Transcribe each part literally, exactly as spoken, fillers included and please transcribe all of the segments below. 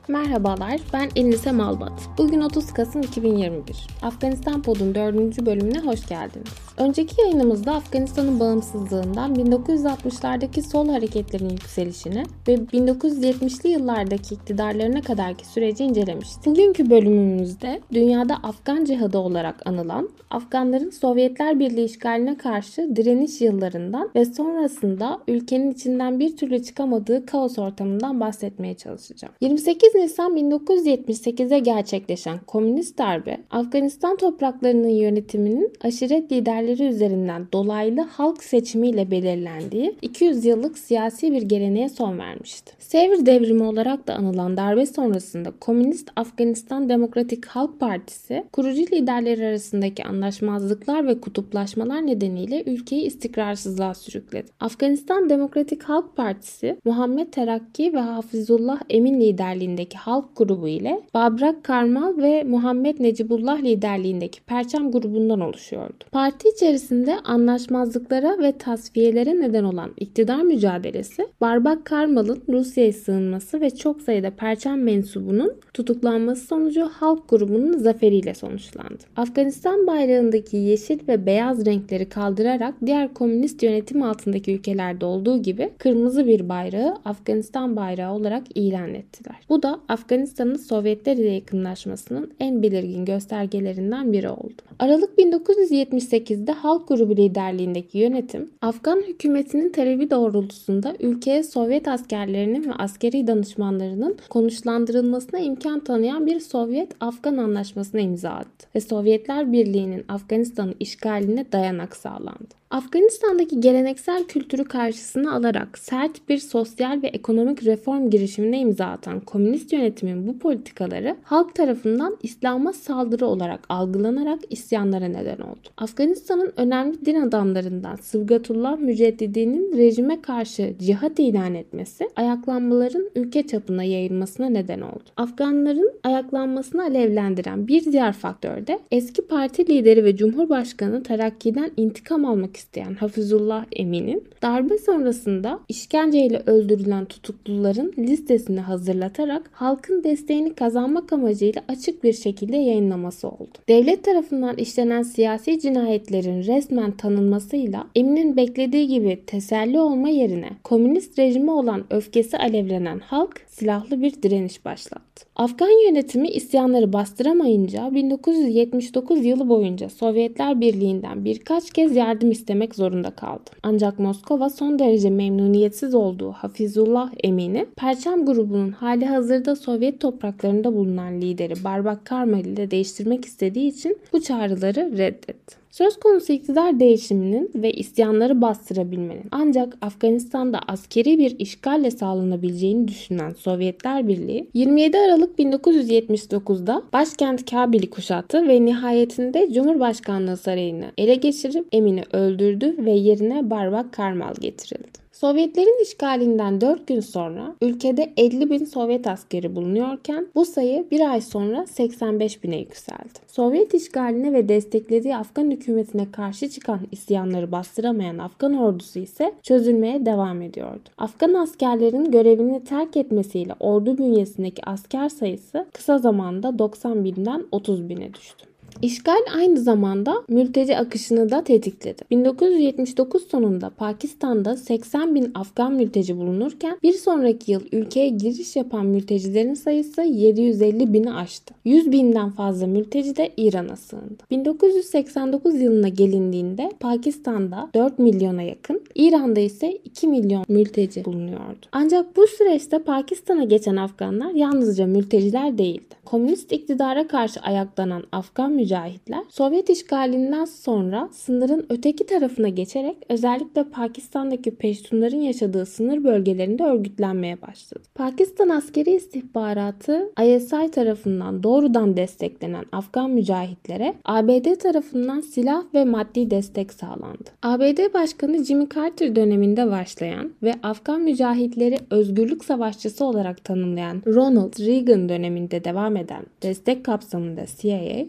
Merhabalar, ben Elise Malbat. Bugün otuz Kasım iki bin yirmi bir. Afganistan Pod'un dördüncü bölümüne hoş geldiniz. Önceki yayınımızda Afganistan'ın bağımsızlığından bin dokuz yüz altmışlardaki sol hareketlerin yükselişini ve bin dokuz yüz yetmişli yıllardaki iktidarlarına kadarki süreci incelemiştik. Bugünkü bölümümüzde dünyada Afgan cihadı olarak anılan Afganların Sovyetler Birliği işgaline karşı direniş yıllarından ve sonrasında ülkenin içinden bir türlü çıkamadığı kaos ortamından bahsetmeye çalışacağım. yirmi sekiz Nisan bin dokuz yüz yetmiş sekize gerçekleşen komünist darbe, Afganistan topraklarının yönetiminin aşiret liderleri üzerinden dolaylı halk seçimiyle belirlendiği iki yüz yıllık siyasi bir geleneğe son vermişti. Sevr devrimi olarak da anılan darbe sonrasında Komünist Afganistan Demokratik Halk Partisi, kurucu liderleri arasındaki anlaşmazlıklar ve kutuplaşmalar nedeniyle ülkeyi istikrarsızlığa sürükledi. Afganistan Demokratik Halk Partisi, Muhammed Terakki ve Hafizullah Emin liderliğindeki halk grubu ile Babrak Karmal ve Muhammed Necibullah liderliğindeki Perçem grubundan oluşuyordu. Parti içerisinde anlaşmazlıklara ve tasfiyelere neden olan iktidar mücadelesi, Babrak Karmal'ın Rusya'ya sığınması ve çok sayıda Perçem mensubunun tutuklanması sonucu halk grubunun zaferiyle sonuçlandı. Afganistan bayrağındaki yeşil ve beyaz renkleri kaldırarak diğer komünist yönetim altındaki ülkelerde olduğu gibi kırmızı bir bayrağı Afganistan bayrağı olarak ilan ettiler. Bu da Afganistan'ın Sovyetler ile yakınlaşmasının en belirgin göstergelerinden biri oldu. Aralık bin dokuz yüz yetmiş sekizde halk grubu liderliğindeki yönetim, Afgan hükümetinin talebi doğrultusunda ülkeye Sovyet askerlerinin ve askeri danışmanlarının konuşlandırılmasına imkan tanıyan bir Sovyet-Afgan anlaşmasına imza attı ve Sovyetler Birliği'nin Afganistan'ı işgaline dayanak sağlandı. Afganistan'daki geleneksel kültürü karşısına alarak sert bir sosyal ve ekonomik reform girişimine imza atan komünist yönetimin bu politikaları halk tarafından İslam'a saldırı olarak algılanarak isyanlara neden oldu. Afganistan'ın önemli din adamlarından Sıbgatullah Müceddidi'nin rejime karşı cihat ilan etmesi, ayaklanmaların ülke çapına yayılmasına neden oldu. Afganların ayaklanmasını alevlendiren bir diğer faktör de eski parti lideri ve Cumhurbaşkanı Terakki'den intikam almak isteyen Hafizullah Emin'in darbe sonrasında işkenceyle öldürülen tutukluların listesini hazırlatarak halkın desteğini kazanmak amacıyla açık bir şekilde yayınlaması oldu. Devlet tarafından işlenen siyasi cinayetlerin resmen tanınmasıyla Emin'in beklediği gibi teselli olma yerine komünist rejime olan öfkesi alevlenen halk silahlı bir direniş başlattı. Afgan yönetimi isyanları bastıramayınca bin dokuz yüz yetmiş dokuz yılı boyunca Sovyetler Birliği'nden birkaç kez yardım istemek zorunda kaldı. Ancak Moskova son derece memnuniyetsiz olduğu Hafizullah Emin'i Perçem grubunun hali hazırda Sovyet topraklarında bulunan lideri Babrak Karmal ile değiştirmek istediği için bu çağrıları reddetti. Söz konusu iktidar değişiminin ve isyanları bastırabilmenin ancak Afganistan'da askeri bir işgalle sağlanabileceğini düşünen Sovyetler Birliği yirmi yedi Aralık bin dokuz yüz yetmiş dokuzda başkent Kabil'i kuşattı ve nihayetinde Cumhurbaşkanlığı sarayını ele geçirip Emin'i öldürdü ve yerine Babrak Karmal getirildi. Sovyetlerin işgalinden dört gün sonra ülkede elli bin Sovyet askeri bulunuyorken bu sayı bir ay sonra seksen beş bine yükseldi. Sovyet işgaline ve desteklediği Afgan hükümetine karşı çıkan isyanları bastıramayan Afgan ordusu ise çözülmeye devam ediyordu. Afgan askerlerin görevini terk etmesiyle ordu bünyesindeki asker sayısı kısa zamanda doksan binden otuz bine düştü. İşgal aynı zamanda mülteci akışını da tetikledi. bin dokuz yüz yetmiş dokuz sonunda Pakistan'da seksen bin Afgan mülteci bulunurken bir sonraki yıl ülkeye giriş yapan mültecilerin sayısı yedi yüz elli bini aştı. yüz binden fazla mülteci de İran'a sığındı. bin dokuz yüz seksen dokuz yılına gelindiğinde Pakistan'da dört milyona yakın, İran'da ise iki milyon mülteci bulunuyordu. Ancak bu süreçte Pakistan'a geçen Afganlar yalnızca mülteciler değildi. Komünist iktidara karşı ayaklanan Afgan mücahitler Sovyet işgalinden sonra sınırın öteki tarafına geçerek özellikle Pakistan'daki Peştunların yaşadığı sınır bölgelerinde örgütlenmeye başladı. Pakistan askeri istihbaratı I S I tarafından doğrudan desteklenen Afgan mücahitlere A B D tarafından silah ve maddi destek sağlandı. A B D Başkanı Jimmy Carter döneminde başlayan ve Afgan mücahitleri özgürlük savaşçısı olarak tanımlayan Ronald Reagan döneminde devam eden destek kapsamında C I A bin dokuz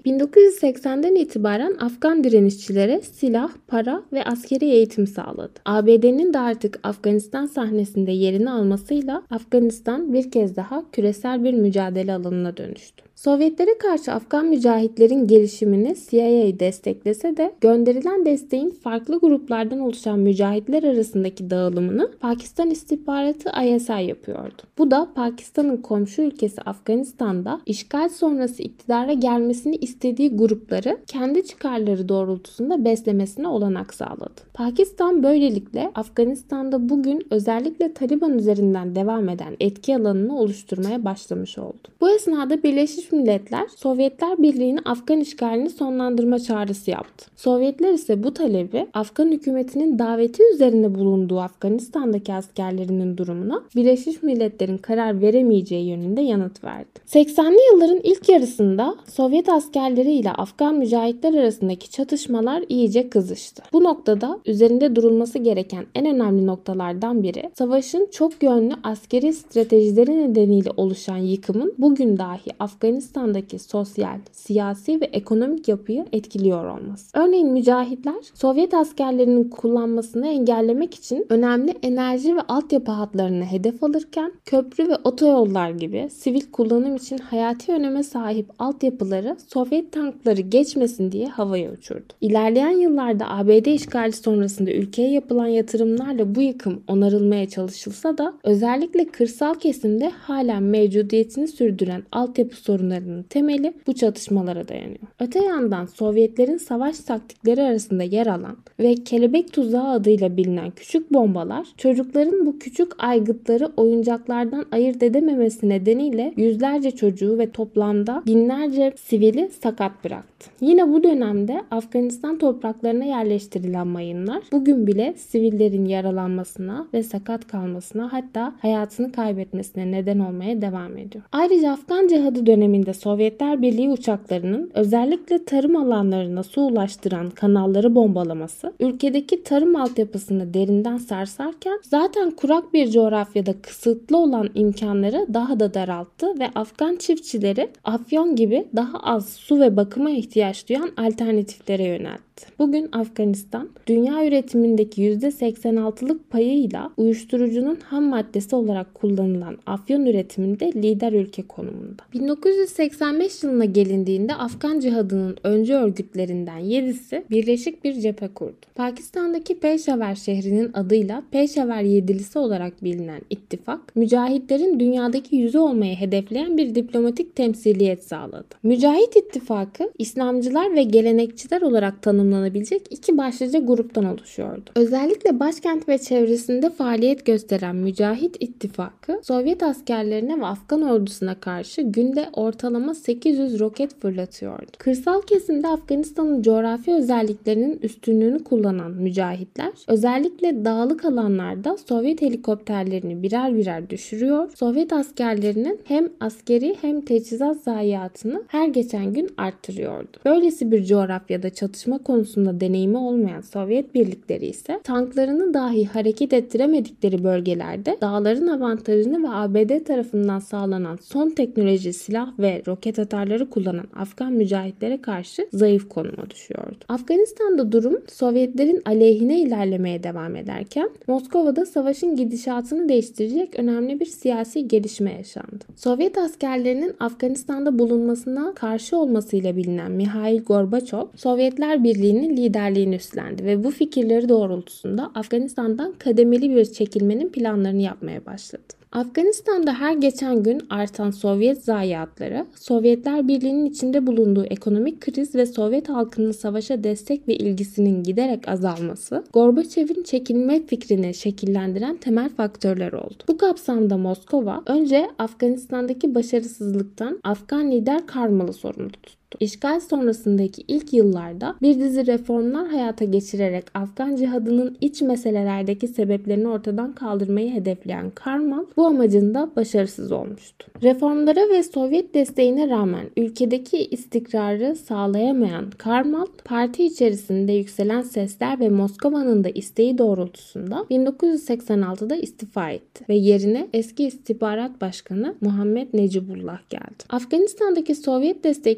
yüz seksenden itibaren Afgan direnişçilere silah, para ve askeri eğitim sağladı. A B D'nin de artık Afganistan sahnesinde yerini almasıyla Afganistan bir kez daha küresel bir mücadele alanına dönüştü. Sovyetlere karşı Afgan mücahitlerin gelişimini C I A desteklese de gönderilen desteğin farklı gruplardan oluşan mücahitler arasındaki dağılımını Pakistan istihbaratı I S I yapıyordu. Bu da Pakistan'ın komşu ülkesi Afganistan'da işgal sonrası iktidara gelmesini istediği grupları kendi çıkarları doğrultusunda beslemesine olanak sağladı. Pakistan böylelikle Afganistan'da bugün özellikle Taliban üzerinden devam eden etki alanını oluşturmaya başlamış oldu. Bu esnada Birleşmiş Milletler, Sovyetler Birliği'nin Afgan işgalini sonlandırma çağrısı yaptı. Sovyetler ise bu talebi Afgan hükümetinin daveti üzerine bulunduğu Afganistan'daki askerlerinin durumuna Birleşmiş Milletler'in karar veremeyeceği yönünde yanıt verdi. seksenli yılların ilk yarısında Sovyet askerleri ile Afgan mücahitler arasındaki çatışmalar iyice kızıştı. Bu noktada üzerinde durulması gereken en önemli noktalardan biri, savaşın çok yönlü askeri stratejileri nedeniyle oluşan yıkımın bugün dahi Afganistan'daki sosyal, siyasi ve ekonomik yapıyı etkiliyor olması. Örneğin mücahitler Sovyet askerlerinin kullanmasını engellemek için önemli enerji ve altyapı hatlarını hedef alırken köprü ve otoyollar gibi sivil kullanım için hayati öneme sahip altyapıları Sovyet tankları geçmesin diye havaya uçurdu. İlerleyen yıllarda A B D işgali sonrasında ülkeye yapılan yatırımlarla bu yıkım onarılmaya çalışılsa da özellikle kırsal kesimde halen mevcudiyetini sürdüren altyapı sorunlarının temeli bu çatışmalara dayanıyor. Öte yandan Sovyetlerin savaş taktikleri arasında yer alan ve kelebek tuzağı adıyla bilinen küçük bombalar çocukların bu küçük aygıtları oyuncaklardan ayırt edememesi nedeniyle yüzlerce çocuğu ve toplamda binlerce sivili sakat bıraktı. Yine bu dönemde Afganistan topraklarına yerleştirilen mayınlar bugün bile sivillerin yaralanmasına ve sakat kalmasına, hatta hayatını kaybetmesine neden olmaya devam ediyor. Ayrıca Afgan Cihadı döneminde Sovyetler Birliği uçaklarının özellikle tarım alanlarına su ulaştıran kanalları bombalaması ülkedeki tarım altyapısını derinden sarsarken zaten kurak bir coğrafyada kısıtlı olan imkanları daha da daralttı ve Afgan çiftçileri Afyon gibi daha az su ve bakıma ihtiyaç duyan alternatiflere yöneltti. Bugün Afganistan, dünya üretimindeki yüzde seksen altılık payıyla uyuşturucunun ham maddesi olarak kullanılan afyon üretiminde lider ülke konumunda. bin dokuz yüz seksen beş yılına gelindiğinde Afgan Cihadı'nın öncü örgütlerinden yedisi birleşik bir cephe kurdu. Pakistan'daki Peşaver şehrinin adıyla Peşaver Yedilisi olarak bilinen ittifak, mücahitlerin dünyadaki yüzü olmayı hedefleyen bir diplomatik temsiliyet sağladı. Mücahit ittifakı, İslamcılar ve gelenekçiler olarak tanımlanabilecek iki başlıca gruptan oluşuyordu. Özellikle başkent ve çevresinde faaliyet gösteren Mücahit ittifakı, Sovyet askerlerine ve Afgan ordusuna karşı günde ortalama sekiz yüz roket fırlatıyordu. Kırsal kesimde Afganistan'ın coğrafi özelliklerinin üstünlüğünü kullanan mücahitler, özellikle dağlık alanlarda Sovyet helikopterlerini birer birer düşürüyor, Sovyet askerlerinin hem askeri hem teçhizat zayiatını her geçen gün arttırıyordu. Böylesi bir coğrafyada çatışma konusunda deneyimi olmayan Sovyet birlikleri ise tanklarını dahi hareket ettiremedikleri bölgelerde dağların avantajını ve A B D tarafından sağlanan son teknoloji silah ve roket atarları kullanan Afgan mücahitlere karşı zayıf konuma düşüyordu. Afganistan'da durum Sovyetlerin aleyhine ilerlemeye devam ederken Moskova'da savaşın gidişatını değiştirecek önemli bir siyasi gelişme yaşandı. Sovyet askerlerinin Afganistan'da bulunmasına karşı olmasıyla bilinen Mihail Gorbaçov, Sovyetler Birliği'nin liderliğini üstlendi ve bu fikirleri doğrultusunda Afganistan'dan kademeli bir çekilmenin planlarını yapmaya başladı. Afganistan'da her geçen gün artan Sovyet zayiatları, Sovyetler Birliği'nin içinde bulunduğu ekonomik kriz ve Sovyet halkının savaşa destek ve ilgisinin giderek azalması, Gorbaçov'un çekilme fikrini şekillendiren temel faktörler oldu. Bu kapsamda Moskova, önce Afganistan'daki başarısızlıktan Afgan lider Karmal'ı sorumlu tuttu. İşgal sonrasındaki ilk yıllarda bir dizi reformlar hayata geçirerek Afgan Cihadı'nın iç meselelerdeki sebeplerini ortadan kaldırmayı hedefleyen Karmal bu amacında başarısız olmuştu. Reformlara ve Sovyet desteğine rağmen ülkedeki istikrarı sağlayamayan Karmal, parti içerisinde yükselen sesler ve Moskova'nın da isteği doğrultusunda bin dokuz yüz seksen altıda istifa etti ve yerine eski istihbarat başkanı Muhammed Necibullah geldi. Afganistan'daki Sovyet destekli komünist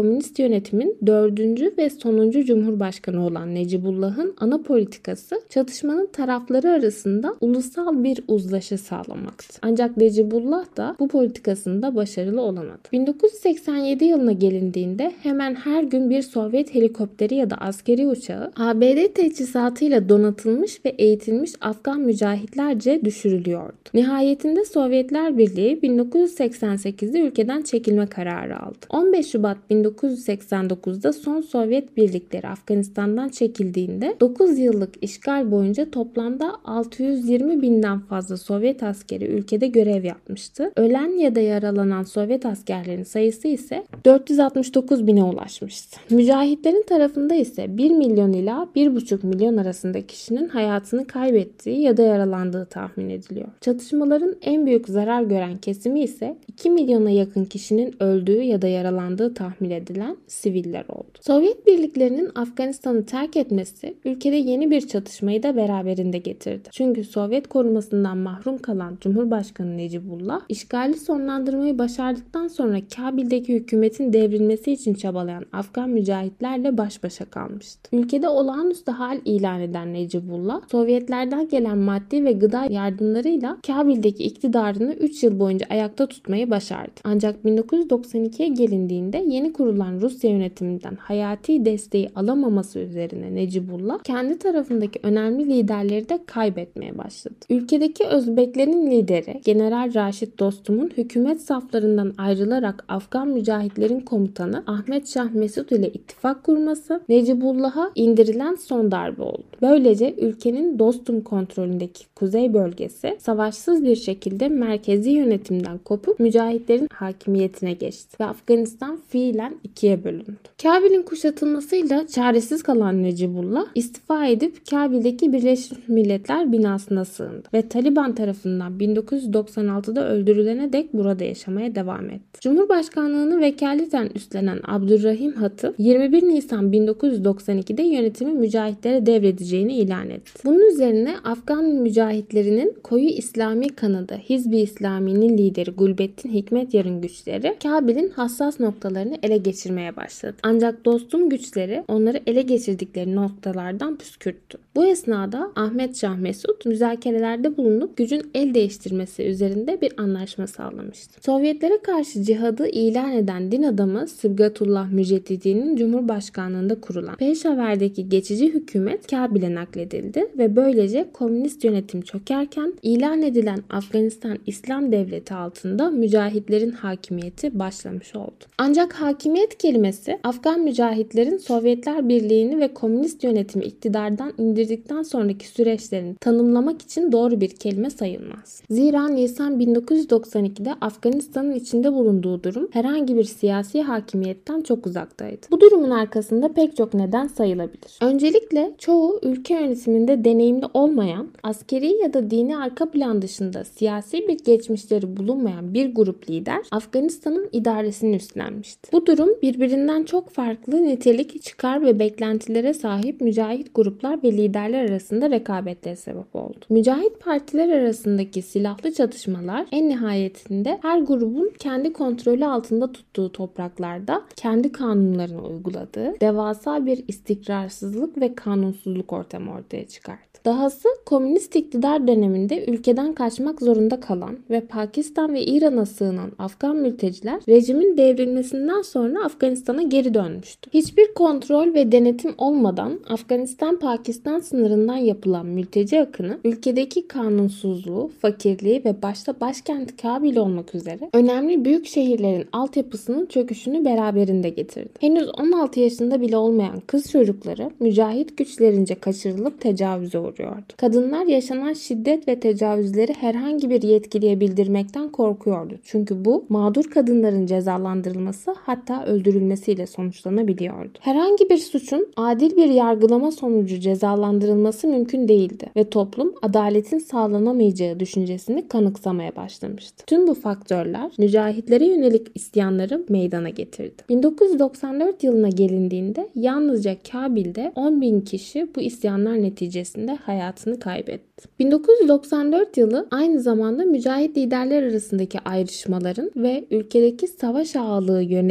komünist yönetimin dördüncü ve sonuncu Cumhurbaşkanı olan Necibullah'ın ana politikası çatışmanın tarafları arasında ulusal bir uzlaşı sağlamaktı. Ancak Necibullah da bu politikasında başarılı olamadı. bin dokuz yüz seksen yedi yılına gelindiğinde hemen her gün bir Sovyet helikopteri ya da askeri uçağı A B D teçhizatıyla donatılmış ve eğitilmiş Afgan mücahitlerce düşürülüyordu. Nihayetinde Sovyetler Birliği bin dokuz yüz seksen sekizde ülkeden çekilme kararı aldı. on beş Şubat bin dokuz yüz seksen dokuzda son Sovyet birlikleri Afganistan'dan çekildiğinde dokuz yıllık işgal boyunca toplamda altı yüz yirmi binden fazla Sovyet askeri ülkede görev yapmıştı. Ölen ya da yaralanan Sovyet askerlerin sayısı ise dört yüz altmış dokuz bine ulaşmıştı. Mücahitlerin tarafında ise bir milyon ila bir buçuk milyon arasında kişinin hayatını kaybettiği ya da yaralandığı tahmin ediliyor. Çatışmaların en büyük zarar gören kesimi ise iki milyona yakın kişinin öldüğü ya da yaralandığı tahmin edilen siviller oldu. Sovyet birliklerinin Afganistan'ı terk etmesi ülkede yeni bir çatışmayı da beraberinde getirdi. Çünkü Sovyet korumasından mahrum kalan Cumhurbaşkanı Necibullah, işgali sonlandırmayı başardıktan sonra Kabil'deki hükümetin devrilmesi için çabalayan Afgan mücahitlerle baş başa kalmıştı. Ülkede olağanüstü hal ilan eden Necibullah, Sovyetlerden gelen maddi ve gıda yardımlarıyla Kabil'deki iktidarını üç yıl boyunca ayakta tutmayı başardı. Ancak bin dokuz yüz doksan ikiye gelindiğinde yeni kurulan Rusya yönetiminden hayati desteği alamaması üzerine Necibullah kendi tarafındaki önemli liderleri de kaybetmeye başladı. Ülkedeki Özbeklerin lideri General Raşit Dostum'un hükümet saflarından ayrılarak Afgan mücahitlerin komutanı Ahmet Şah Mesut ile ittifak kurması Necibullah'a indirilen son darbe oldu. Böylece ülkenin Dostum kontrolündeki kuzey bölgesi savaşsız bir şekilde merkezi yönetimden kopup mücahitlerin hakimiyetine geçti ve Afganistan fiilen ikiye bölündü. Kabil'in kuşatılmasıyla çaresiz kalan Necibullah istifa edip Kabil'deki Birleşmiş Milletler binasına sığındı ve Taliban tarafından bin dokuz yüz doksan altıda öldürülene dek burada yaşamaya devam etti. Cumhurbaşkanlığını vekaleten üstlenen Abdurrahim Hatip yirmi bir Nisan bin dokuz yüz doksan ikide yönetimi mücahitlere devredeceğini ilan etti. Bunun üzerine Afgan mücahitlerinin koyu İslami kanadı Hizb-i İslami'nin lideri Gulbettin Hikmetyar'ın güçleri Kabil'in hassas noktalarını ele geçirmeye başladı. Ancak Dostum güçleri onları ele geçirdikleri noktalardan püskürttü. Bu esnada Ahmet Şah Mesut müzakerelerde bulunup gücün el değiştirmesi üzerinde bir anlaşma sağlamıştı. Sovyetlere karşı cihadı ilan eden din adamı Sıbgatullah Müceddidi'nin Cumhurbaşkanlığında kurulan Peşaver'deki geçici hükümet Kabil'e nakledildi ve böylece komünist yönetim çökerken ilan edilen Afganistan İslam Devleti altında mücahitlerin hakimiyeti başlamış oldu. Ancak hakimiyet kelimesi Afgan mücahitlerin Sovyetler Birliği'ni ve komünist yönetimi iktidardan indirdikten sonraki süreçlerini tanımlamak için doğru bir kelime sayılmaz. Zira Nisan bin dokuz yüz doksan ikide Afganistan'ın içinde bulunduğu durum herhangi bir siyasi hakimiyetten çok uzaktaydı. Bu durumun arkasında pek çok neden sayılabilir. Öncelikle çoğu ülke yönetiminde deneyimli olmayan, askeri ya da dini arka plan dışında siyasi bir geçmişleri bulunmayan bir grup lider Afganistan'ın idaresini üstlenmişti. Bu durum birbirinden çok farklı nitelik, çıkar ve beklentilere sahip mücahit gruplar ve liderler arasında rekabetlere sebep oldu. Mücahit partiler arasındaki silahlı çatışmalar en nihayetinde her grubun kendi kontrolü altında tuttuğu topraklarda kendi kanunlarını uyguladığı devasa bir istikrarsızlık ve kanunsuzluk ortamı ortaya çıkardı. Dahası komünist iktidar döneminde ülkeden kaçmak zorunda kalan ve Pakistan ve İran'a sığınan Afgan mülteciler rejimin devrilmesinden sonra Afganistan'a geri dönmüştü. Hiçbir kontrol ve denetim olmadan Afganistan-Pakistan sınırından yapılan mülteci akını ülkedeki kanunsuzluğu, fakirliği ve başta başkent Kabil olmak üzere önemli büyük şehirlerin altyapısının çöküşünü beraberinde getirdi. Henüz on altı yaşında bile olmayan kız çocukları mücahit güçlerince kaçırılıp tecavüze uğradı. Kadınlar yaşanan şiddet ve tecavüzleri herhangi bir yetkiliye bildirmekten korkuyordu. Çünkü bu mağdur kadınların cezalandırılması hatta öldürülmesiyle sonuçlanabiliyordu. Herhangi bir suçun adil bir yargılama sonucu cezalandırılması mümkün değildi ve toplum adaletin sağlanamayacağı düşüncesini kanıksamaya başlamıştı. Tüm bu faktörler mücahitlere yönelik isyanları meydana getirdi. bin dokuz yüz doksan dört yılına gelindiğinde yalnızca Kabil'de on bin kişi bu isyanlar neticesinde hayatını kaybetti. bin dokuz yüz doksan dört yılı aynı zamanda mücahit liderler arasındaki ayrışmaların ve ülkedeki savaş ağalığı yönetiminin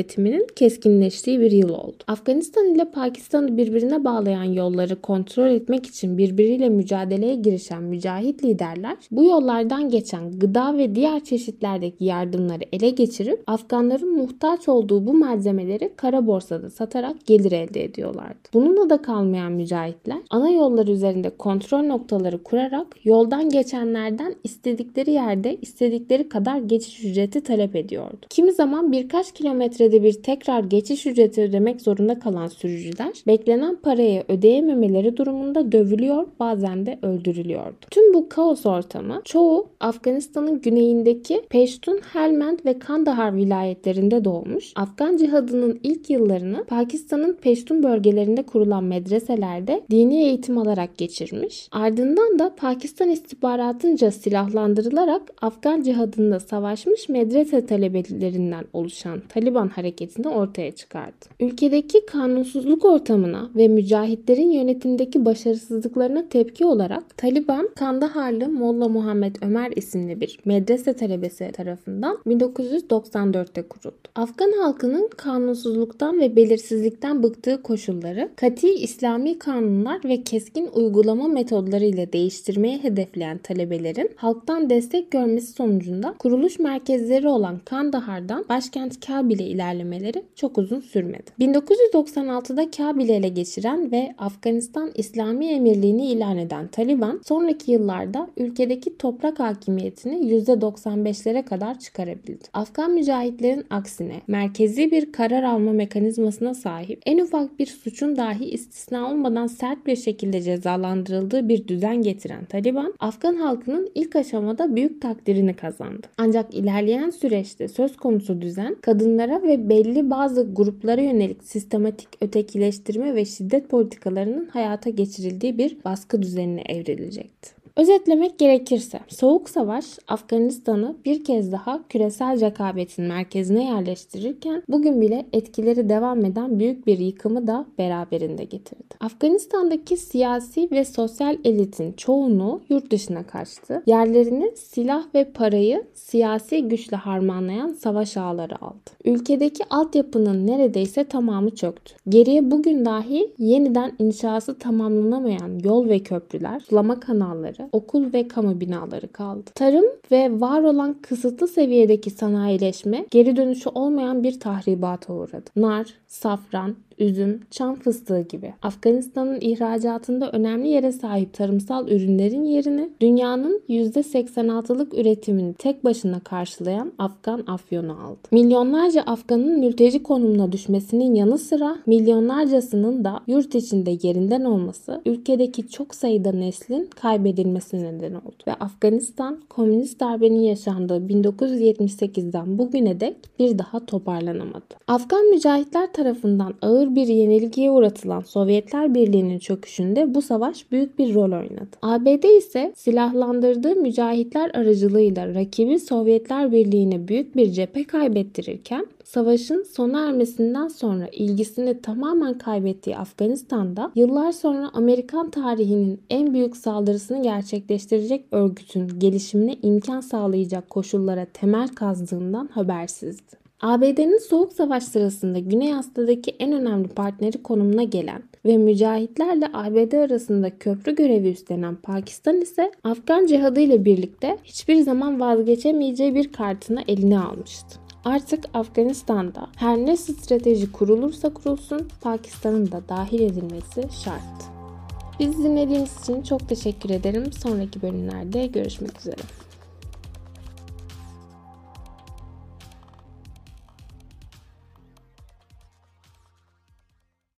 keskinleştiği bir yıl oldu. Afganistan ile Pakistan'ı birbirine bağlayan yolları kontrol etmek için birbiriyle mücadeleye girişen mücahit liderler bu yollardan geçen gıda ve diğer çeşitlerdeki yardımları ele geçirip Afganların muhtaç olduğu bu malzemeleri kara borsada satarak gelir elde ediyorlardı. Bununla da kalmayan mücahitler ana yollar üzerinde kontrol noktaları kurarak yoldan geçenlerden istedikleri yerde istedikleri kadar geçiş ücreti talep ediyordu. Kimi zaman birkaç kilometrede bir tekrar geçiş ücreti ödemek zorunda kalan sürücüler beklenen parayı ödeyememeleri durumunda dövülüyor, bazen de öldürülüyordu. Tüm bu kaos ortamı çoğu Afganistan'ın güneyindeki Peştun, Helmand ve Kandahar vilayetlerinde doğmuş. Afgan cihadının ilk yıllarını Pakistan'ın Peştun bölgelerinde kurulan medreselerde dini eğitim alarak geçirmiş. Ardından da Pakistan istihbaratınca silahlandırılarak Afgan cihadında savaşmış medrese talebelerinden oluşan Taliban hareketini ortaya çıkardı. Ülkedeki kanunsuzluk ortamına ve mücahitlerin yönetimdeki başarısızlıklarına tepki olarak Taliban, Kandaharlı Molla Muhammed Ömer isimli bir medrese talebesi tarafından bin dokuz yüz doksan dörtte kuruldu. Afgan halkının kanunsuzluktan ve belirsizlikten bıktığı koşulları katı İslami kanunlar ve keskin uygulama metodlarıyla değiştirmeye hedefleyen talebelerin halktan destek görmesi sonucunda kuruluş merkezleri olan Kandahar'dan başkent Kabil'e ilerlemeleri çok uzun sürmedi. bin dokuz yüz doksan altıda Kabil'i ele geçiren ve Afganistan İslami Emirliğini ilan eden Taliban sonraki yıllarda ülkedeki toprak hakimiyetini yüzde doksan beşlere kadar çıkarabildi. Afgan mücahitlerin aksine merkezi bir karar alma mekanizmasına sahip, en ufak bir suçun dahi istisna olmadan sert bir şekilde cezalandırıldığı bir düzen getiren Taliban, Afgan halkının ilk aşamada büyük takdirini kazandı. Ancak ilerleyen süreçte söz konusu düzen, kadınlara ve belli bazı gruplara yönelik sistematik ötekileştirme ve şiddet politikalarının hayata geçirildiği bir baskı düzenine evrilecekti. Özetlemek gerekirse, Soğuk Savaş Afganistan'ı bir kez daha küresel rekabetin merkezine yerleştirirken bugün bile etkileri devam eden büyük bir yıkımı da beraberinde getirdi. Afganistan'daki siyasi ve sosyal elitin çoğunluğu yurt dışına kaçtı. Yerlerini silah ve parayı siyasi güçle harmanlayan savaş ağları aldı. Ülkedeki altyapının neredeyse tamamı çöktü. Geriye bugün dahi yeniden inşası tamamlanamayan yol ve köprüler, sulama kanalları, okul ve kamu binaları kaldı. Tarım ve var olan kısıtlı seviyedeki sanayileşme geri dönüşü olmayan bir tahribata uğradı. Nar, safran, üzüm, çam fıstığı gibi Afganistan'ın ihracatında önemli yere sahip tarımsal ürünlerin yerini dünyanın yüzde seksen altılık üretimini tek başına karşılayan Afgan afyonu aldı. Milyonlarca Afgan'ın mülteci konumuna düşmesinin yanı sıra milyonlarcasının da yurt içinde yerinden olması ülkedeki çok sayıda neslin kaybedilmesine neden oldu. Ve Afganistan komünist darbenin yaşandığı bin dokuz yüz yetmiş sekizden bugüne dek bir daha toparlanamadı. Afgan mücahitler tarafından ağır bir yenilgiye uğratılan Sovyetler Birliği'nin çöküşünde bu savaş büyük bir rol oynadı. A B D ise silahlandırdığı mücahitler aracılığıyla rakibi Sovyetler Birliği'ne büyük bir cephe kaybettirirken savaşın sona ermesinden sonra ilgisini tamamen kaybettiği Afganistan'da yıllar sonra Amerikan tarihinin en büyük saldırısını gerçekleştirecek örgütün gelişimine imkan sağlayacak koşullara temel kazdığından habersizdi. A B D'nin Soğuk Savaş sırasında Güney Asya'daki en önemli partneri konumuna gelen ve mücahitlerle A B D arasında köprü görevi üstlenen Pakistan ise Afgan cihadı ile birlikte hiçbir zaman vazgeçemeyeceği bir kartını eline almıştı. Artık Afganistan'da her ne strateji kurulursa kurulsun Pakistan'ın da dahil edilmesi şart. Bizi dinlediğiniz için çok teşekkür ederim. Sonraki bölümlerde görüşmek üzere.